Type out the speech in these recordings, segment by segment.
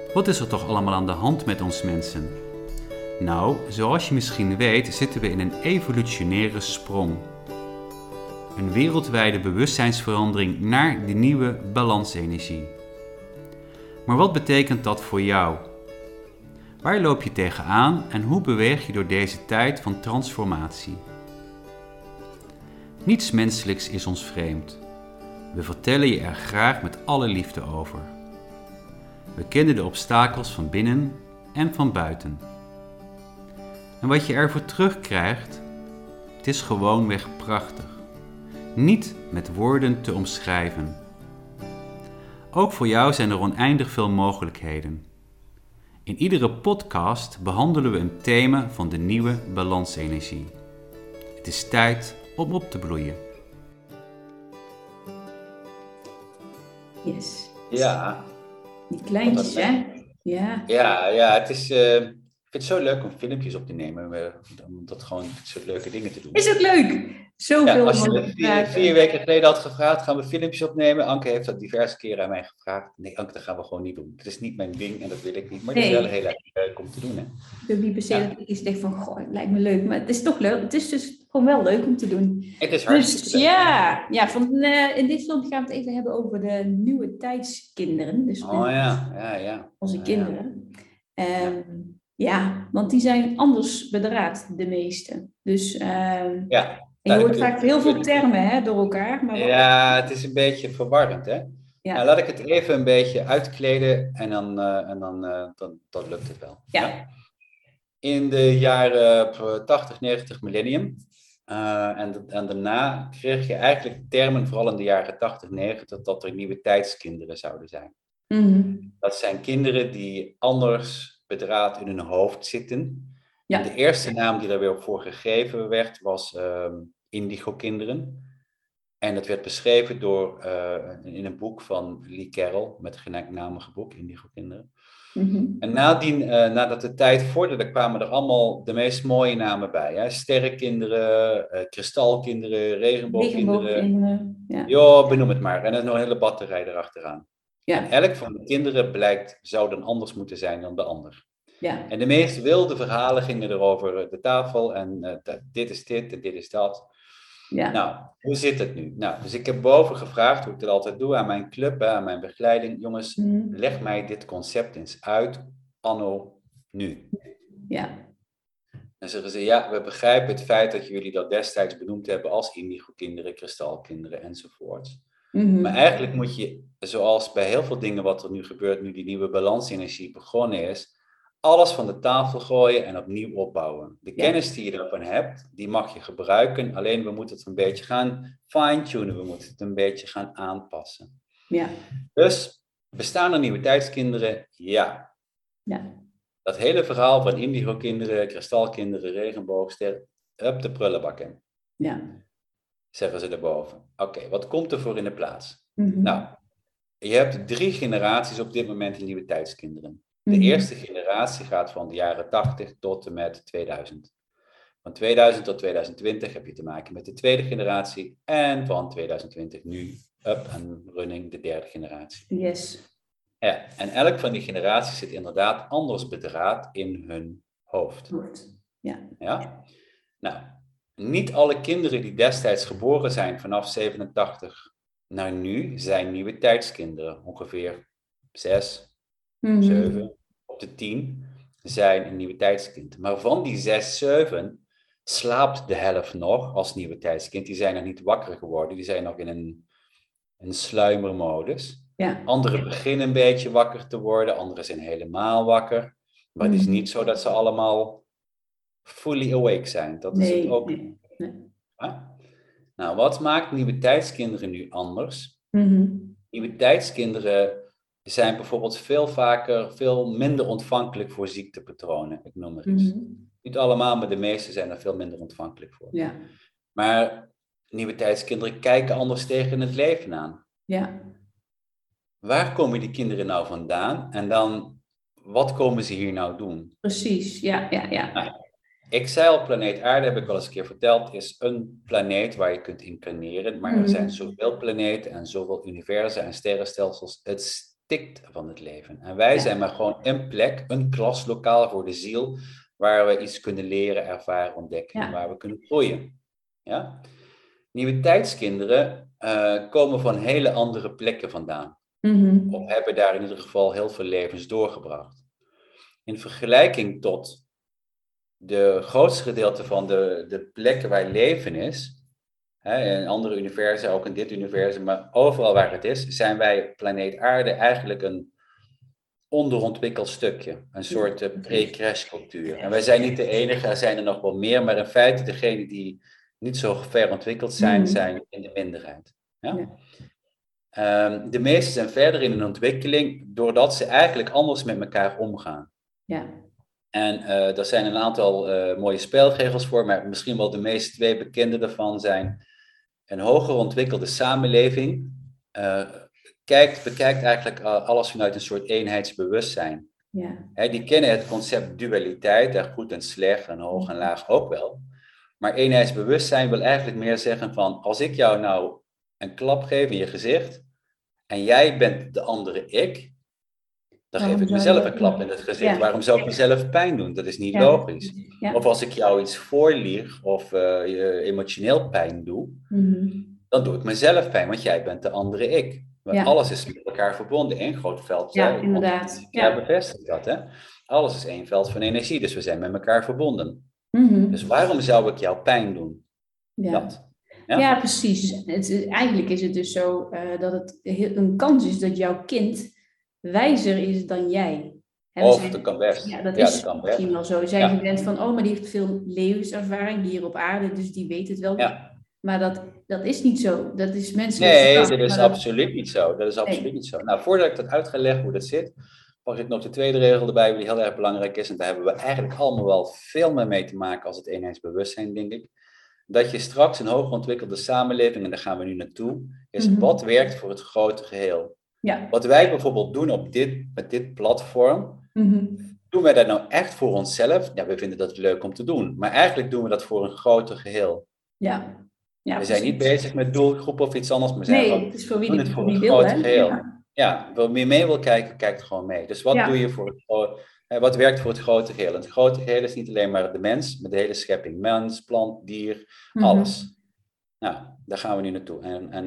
Wat is er toch allemaal aan de hand met ons mensen? Nou, zoals je misschien weet, zitten we in een evolutionaire sprong. Een wereldwijde bewustzijnsverandering naar de nieuwe balansenergie. Maar wat betekent dat voor jou? Waar loop je tegenaan en hoe beweeg je door deze tijd van transformatie? Niets menselijks is ons vreemd. We vertellen je er graag met alle liefde over. We kennen de obstakels van binnen en van buiten. En wat je ervoor terugkrijgt, het is gewoonweg prachtig. Niet met woorden te omschrijven. Ook voor jou zijn er oneindig veel mogelijkheden. In iedere podcast behandelen we een thema van de nieuwe balansenergie. Het is tijd om op te bloeien. Yes. Ja. Die kleintjes, hè? Ja. Ja, het is, ik vind het zo leuk om filmpjes op te nemen, om dat gewoon soort leuke dingen te doen. Is ook leuk. Zoveel Als je mogelijk me 4 weken geleden had gevraagd, gaan we filmpjes opnemen. Anke heeft dat diverse keren aan mij gevraagd. Nee, Anke, dat gaan we gewoon niet doen. Het is niet mijn ding en dat wil ik niet. Maar het is wel heel erg leuk om te doen, hè? Ik wil niet per se dat ik iets denk van, goh, het lijkt me leuk. Maar het is toch leuk. Het is dus gewoon wel leuk om te doen. Het is hartstikke leuk. In dit filmpje gaan we het even hebben over de nieuwe tijdskinderen. Dus onze kinderen. Want die zijn anders bedraad, de meeste. Dus en je hoort vaak heel veel termen door elkaar. Maar ja, het is een beetje verwarrend, hè? Ja. Nou, laat ik het even een beetje uitkleden en dan lukt het wel. Ja. In de jaren 80, 90 millennium en daarna kreeg je eigenlijk termen, vooral in de jaren 80, 90, dat er nieuwe tijdskinderen zouden zijn. Mm-hmm. Dat zijn kinderen die anders bedraad in hun hoofd zitten. Ja. En de eerste naam die daar weer voor gegeven werd was indigo-kinderen. En dat werd beschreven in een boek van Lee Carroll, met het gelijknamige boek, Indigo-kinderen. Mm-hmm. En nadat de tijd vorderde, kwamen er allemaal de meest mooie namen bij. Hè? Sterrenkinderen, kristalkinderen, regenboogkinderen. Ja, benoem het maar. En er is nog een hele batterij erachteraan. Ja. En elk van de kinderen zou dan anders moeten zijn dan de ander. Ja. En de meest wilde verhalen gingen er over de tafel en dit is dit en dit is dat. Ja. Nou, hoe zit het nu? Nou, dus ik heb boven gevraagd, hoe ik dat altijd doe, aan mijn club, aan mijn begeleiding. Jongens, leg mij dit concept eens uit, anno nu. Ja. En zeggen ze, ja, we begrijpen het feit dat jullie dat destijds benoemd hebben als indigo-kinderen, kristalkinderen enzovoort. Mm-hmm. Maar eigenlijk moet je, zoals bij heel veel dingen wat er nu gebeurt, nu die nieuwe balansenergie begonnen is, alles van de tafel gooien en opnieuw opbouwen. De kennis die je ervan hebt, die mag je gebruiken. Alleen we moeten het een beetje gaan fine-tunen. We moeten het een beetje gaan aanpassen. Ja. Dus, bestaan er nieuwe tijdskinderen? Ja. Dat hele verhaal van indigo-kinderen, kristalkinderen, regenboogster, up de prullenbak in. Ja. Zeggen ze erboven. Oké, wat komt er voor in de plaats? Mm-hmm. Nou, je hebt 3 generaties op dit moment in nieuwe tijdskinderen. De eerste generatie gaat van de jaren 80 tot en met 2000. Van 2000 tot 2020 heb je te maken met de tweede generatie. En van 2020 nu up en running de derde generatie. Yes. Ja, en elk van die generaties zit inderdaad anders bedraad in hun hoofd. Ja? Nou, niet alle kinderen die destijds geboren zijn vanaf 87 naar nu zijn nieuwe tijdskinderen. Ongeveer 6, 7 op de 10 zijn een nieuwe tijdskind. Maar van die 6, 7 slaapt de helft nog als nieuwe tijdskind. Die zijn nog niet wakker geworden. Die zijn nog in een sluimermodus. Ja. Anderen beginnen een beetje wakker te worden. Anderen zijn helemaal wakker. Maar het is niet zo dat ze allemaal fully awake zijn. Dat is het ook. Nee. Ja? Nou, wat maakt nieuwe tijdskinderen nu anders? Nieuwe tijdskinderen zijn bijvoorbeeld veel minder ontvankelijk voor ziektepatronen. Ik noem maar iets. Niet allemaal, maar de meeste zijn er veel minder ontvankelijk voor. Ja. Maar nieuwe tijdskinderen kijken anders tegen het leven aan. Ja. Waar komen die kinderen nou vandaan? En dan, wat komen ze hier nou doen? Precies, ja. Nou, ik zei al, planeet Aarde, heb ik wel eens een keer verteld, is een planeet waar je kunt incarneren. Maar er zijn zoveel planeten en zoveel universen en sterrenstelsels. Het tikt van het leven. En wij zijn maar gewoon een plek, een klaslokaal voor de ziel, waar we iets kunnen leren, ervaren, ontdekken en waar we kunnen groeien. Ja? Nieuwe tijdskinderen komen van hele andere plekken vandaan. Of hebben daar in ieder geval heel veel levens doorgebracht. In vergelijking tot de grootste gedeelte van de plekken waar leven is, in andere universen, ook in dit universum, maar overal waar het is, zijn wij planeet Aarde eigenlijk een onderontwikkeld stukje. Een soort pre-crash cultuur. En wij zijn niet de enige, er zijn er nog wel meer, maar in feite degenen die niet zo ver ontwikkeld zijn, zijn in de minderheid. Ja? De meesten zijn verder in een ontwikkeling doordat ze eigenlijk anders met elkaar omgaan. Ja. En daar zijn een aantal mooie spelregels voor, maar misschien wel de meest twee bekende daarvan zijn: een hoger ontwikkelde samenleving bekijkt eigenlijk alles vanuit een soort eenheidsbewustzijn. Ja. Die kennen het concept dualiteit, goed en slecht en hoog en laag ook wel. Maar eenheidsbewustzijn wil eigenlijk meer zeggen van, als ik jou nou een klap geef in je gezicht en jij bent de andere ik, dan geef ik mezelf een klap in het gezicht. Ja. Waarom zou ik mezelf pijn doen? Dat is niet logisch. Ja. Of als ik jou iets voorlieg of emotioneel pijn doe, dan doe ik mezelf pijn, want jij bent de andere ik. Alles is met elkaar verbonden, één groot veld. Ja, inderdaad. Ja, bevestigt dat. Hè? Alles is één veld van energie, dus we zijn met elkaar verbonden. Dus waarom zou ik jou pijn doen? Ja. Dat. Ja, precies. Eigenlijk is het dus zo dat het een kans is dat jouw kind wijzer is dan jij. Dat kan best. Ja, dat is misschien wel zo. Zijn gewend van, maar die heeft veel levenservaring hier op aarde, dus die weet het wel. Ja. Maar dat is niet zo. Dat is menselijk. Nee, dat is absoluut niet zo. Dat is absoluut niet zo. Nou, voordat ik dat uit ga leggen hoe dat zit, pak ik nog de tweede regel erbij, die heel erg belangrijk is. En daar hebben we eigenlijk allemaal wel veel meer mee te maken als het eenheidsbewustzijn, denk ik. Dat je straks een hoog ontwikkelde samenleving, en daar gaan we nu naartoe, is wat werkt voor het grote geheel. Ja. Wat wij bijvoorbeeld doen met dit platform, doen wij dat nou echt voor onszelf? Ja, we vinden dat leuk om te doen. Maar eigenlijk doen we dat voor een groter geheel. Ja. Ja, we zijn niet bezig met doelgroep of iets anders, maar we zijn het is voor wie het grote geheel. Ja, wil meer mee wil kijken, kijkt gewoon mee. Dus wat doe je wat werkt voor het grote geheel? En het grote geheel is niet alleen maar de mens, maar de hele schepping. Mens, plant, dier, alles. Nou, daar gaan we nu naartoe.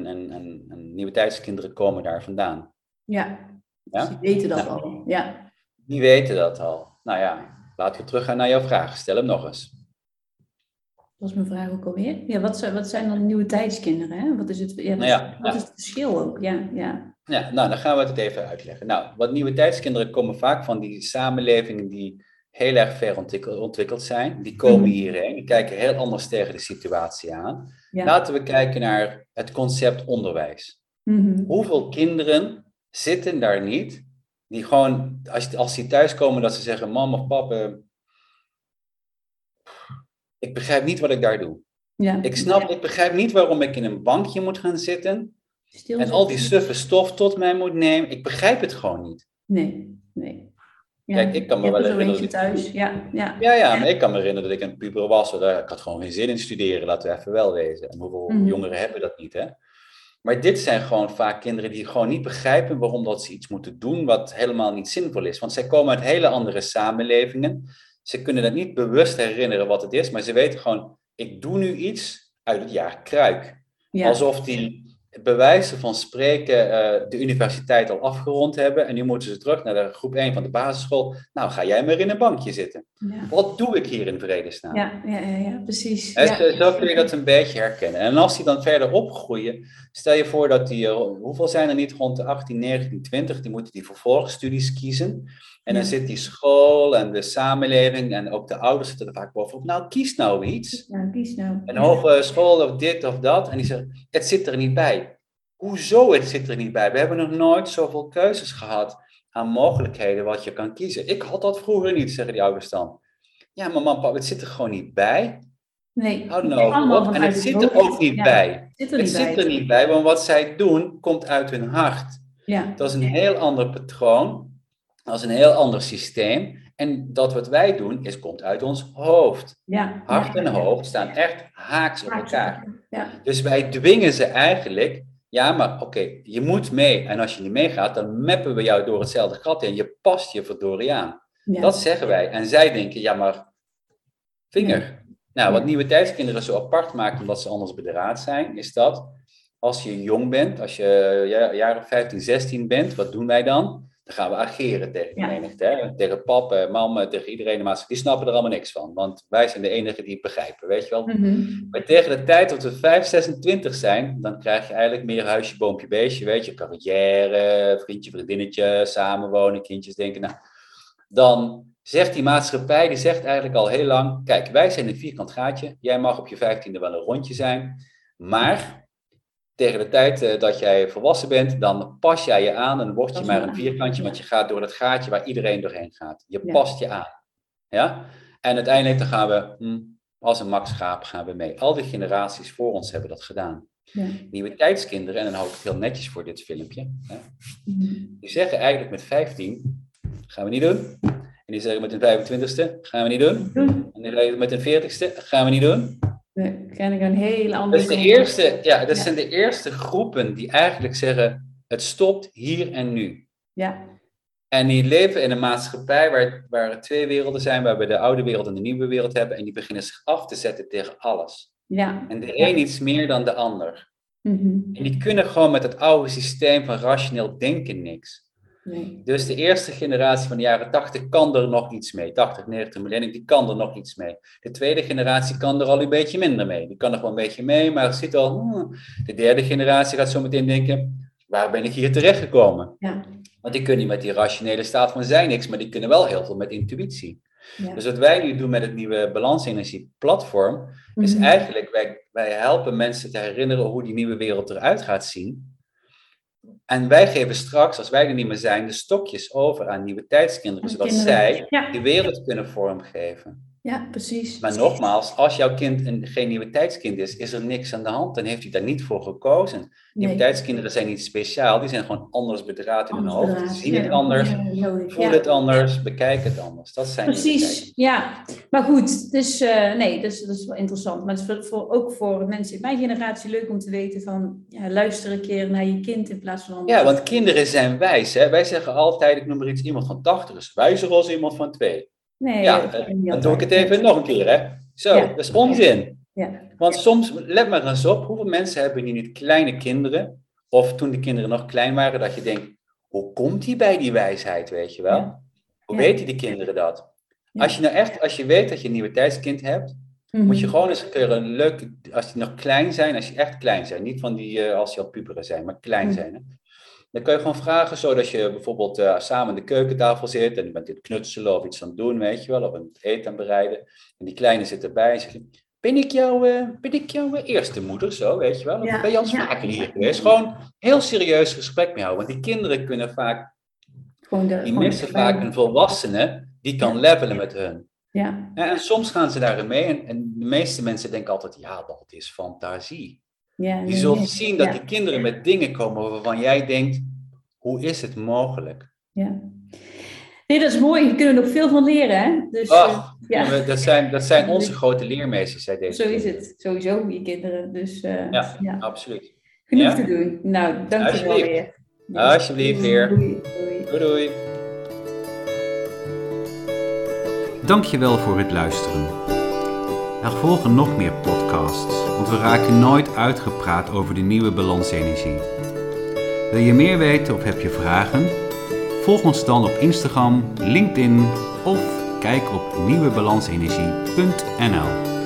En nieuwe tijdskinderen komen daar vandaan. Ja, dus die weten dat al. Ja. Die weten dat al. Nou ja, laten we teruggaan naar jouw vraag. Stel hem nog eens. Dat was mijn vraag ook alweer. Ja, wat zijn dan nieuwe tijdskinderen? Hè? Wat is het, wat is het verschil ook? Ja, nou, dan gaan we het even uitleggen. Nou, wat nieuwe tijdskinderen komen vaak van die samenlevingen die heel erg ver ontwikkeld zijn. Die komen hierheen, die kijken heel anders tegen de situatie aan. Ja. Laten we kijken naar het concept onderwijs. Hoeveel kinderen zitten daar niet, die gewoon, als die thuiskomen, dat ze zeggen, mam of papa, ik begrijp niet wat ik daar doe. Ja. Ik begrijp niet waarom ik in een bankje moet gaan zitten en al die suffe stof tot mij moet nemen. Ik begrijp het gewoon niet. Nee. Ja. Kijk, ik kan me wel herinneren thuis. Maar ik kan me herinneren dat ik een puber was. Ik had gewoon geen zin in studeren, laten we even wel wezen. En hoeveel jongeren hebben dat niet, hè? Maar dit zijn gewoon vaak kinderen die gewoon niet begrijpen waarom dat ze iets moeten doen wat helemaal niet zinvol is. Want zij komen uit hele andere samenlevingen. Ze kunnen dat niet bewust herinneren wat het is, maar ze weten gewoon, ik doe nu iets uit het jaar Kruik. Ja. Alsof die bij wijze van spreken de universiteit al afgerond hebben en nu moeten ze terug naar de groep 1 van de basisschool. Nou, ga jij maar in een bankje zitten. Ja. Wat doe ik hier in vredesnaam? Ja, precies. Zo kun je dat een beetje herkennen. En als die dan verder opgroeien, stel je voor dat die, hoeveel zijn er niet rond de 18, 19, 20, die moeten die vervolgstudies kiezen. En dan zit die school en de samenleving en ook de ouders zitten er vaak bovenop. Nou, kies nou iets. Ja, kies nou. Een hogeschool of dit of dat. En die zeggen, het zit er niet bij. Hoezo het zit er niet bij? We hebben nog nooit zoveel keuzes gehad aan mogelijkheden wat je kan kiezen. Ik had dat vroeger niet, zeggen die ouders dan. Ja, maar man, papa, het zit er gewoon niet bij. Nee. Hou nou op. En het zit er ook niet bij. Het zit er niet bij, want wat zij doen, komt uit hun hart. Ja. Dat is een heel ander patroon. Dat is een heel ander systeem. En dat wat wij doen, komt uit ons hoofd. Ja. Hart en hoofd staan echt haaks op elkaar. Ja. Dus wij dwingen ze eigenlijk Ja, maar oké, je moet mee. En als je niet meegaat, dan mappen we jou door hetzelfde gat in. Je past je verdorie aan. Ja. Dat zeggen wij. En zij denken, ja, maar vinger. Nee. Nou, wat nieuwe tijdskinderen zo apart maakt, omdat ze anders bedraad zijn, is dat als je jong bent, als je jaar of 15, 16 bent, wat doen wij dan? Dan gaan we ageren tegen de menigte. Hè? Tegen pap, mam, tegen iedereen. Maar die snappen er allemaal niks van. Want wij zijn de enigen die het begrijpen, weet je wel. Mm-hmm. Maar tegen de tijd dat we 5, 26 zijn, dan krijg je eigenlijk meer huisje, boompje, beestje. Weet je, carrière, vriendje, vriendinnetje, samenwonen, kindjes denken. Nou, dan zegt die maatschappij, die zegt eigenlijk al heel lang, kijk, wij zijn een vierkant gaatje. Jij mag op je 15e wel een rondje zijn. Maar tegen de tijd dat jij volwassen bent, dan pas jij je aan en word je maar een vierkantje, want je gaat door dat gaatje waar iedereen doorheen gaat. Je past je aan. Ja? En uiteindelijk dan gaan we, als een makschaap gaan we mee. Al die generaties voor ons hebben dat gedaan. Ja. Nieuwe tijdskinderen, en dan hou ik het heel netjes voor dit filmpje, hè? Die zeggen eigenlijk met 15, gaan we niet doen. En die zeggen met een 25ste, gaan we niet doen. En die zeggen met een 40ste, gaan we niet doen. Nee, ken ik een hele andere... Dat zijn de eerste groepen die eigenlijk zeggen, het stopt hier en nu. Ja. En die leven in een maatschappij waar er 2 werelden zijn, waar we de oude wereld en de nieuwe wereld hebben, en die beginnen zich af te zetten tegen alles. Ja. En de een iets meer dan de ander. Mm-hmm. En die kunnen gewoon met het oude systeem van rationeel denken niks. Nee. Dus de eerste generatie van de jaren 80 kan er nog iets mee. 80, 90 millennium, die kan er nog iets mee. De tweede generatie kan er al een beetje minder mee. Die kan er gewoon een beetje mee, maar zit al... De derde generatie gaat zo meteen denken, waar ben ik hier terechtgekomen? Ja. Want die kunnen niet met die rationele staat van zijn niks, maar die kunnen wel heel veel met intuïtie. Ja. Dus wat wij nu doen met het nieuwe balansenergie platform, is eigenlijk, wij helpen mensen te herinneren hoe die nieuwe wereld eruit gaat zien. En wij geven straks, als wij er niet meer zijn, de stokjes over aan nieuwe tijdskinderen, zodat zij de wereld kunnen vormgeven. Ja, precies. Maar nogmaals, als jouw kind geen nieuwe tijdskind is er niks aan de hand. Dan heeft hij daar niet voor gekozen. Nieuwe tijdskinderen zijn niet speciaal. Die zijn gewoon anders bedraad in hun hoofd. Ze zien het anders, voelen het anders, bekijken het anders. Dat zijn precies, ja. Maar goed, dus dat is wel interessant. Maar het is ook voor mensen in mijn generatie leuk om te weten van... luister een keer naar je kind in plaats van... Ja, want kinderen zijn wijs. Hè? Wij zeggen altijd, ik noem maar iets, iemand van 80 is wijzer als iemand van 2. Nee, dan doe ik het even nog een keer, hè. Zo, dat is onzin. Ja. Want soms, let maar eens op, hoeveel mensen hebben hier niet kleine kinderen, of toen de kinderen nog klein waren, dat je denkt, hoe komt die bij die wijsheid, weet je wel? Ja. Hoe weten die kinderen dat? Ja. Als je weet dat je een nieuwe tijdskind hebt, moet je gewoon eens een keer een leuke, als die nog klein zijn, als je echt klein zijn, niet van die als die al puberen zijn, maar klein zijn, hè. Dan kun je gewoon vragen, zodat je bijvoorbeeld samen aan de keukentafel zit en je bent dit knutselen of iets aan het doen, weet je wel, of een eten aan het bereiden. En die kleine zit erbij en zegt, ben ik jouw eerste moeder, zo, weet je wel? Of ben je al vaker hier geweest? Gewoon heel serieus gesprek mee houden, want die kinderen kunnen vaak, die missen vaak een volwassene die kan levelen met hun. Ja. En soms gaan ze daarin mee en de meeste mensen denken altijd, ja, dat is fantasie. Ja, je zult zien dat die kinderen met dingen komen waarvan jij denkt, hoe is het mogelijk? Ja. Nee, dat is mooi. We kunnen er nog veel van leren, hè? Dus, dat zijn onze grote leermeesters, zei deze. Zo is het. Sowieso, je kinderen. Dus, absoluut. Genoeg te doen. Nou, dank je wel weer. Alsjeblieft weer. Doei. Dank je wel voor het luisteren. Er volgen nog meer podcasts, want we raken nooit uitgepraat over de nieuwe balansenergie. Wil je meer weten of heb je vragen? Volg ons dan op Instagram, LinkedIn of kijk op nieuwebalansenergie.nl.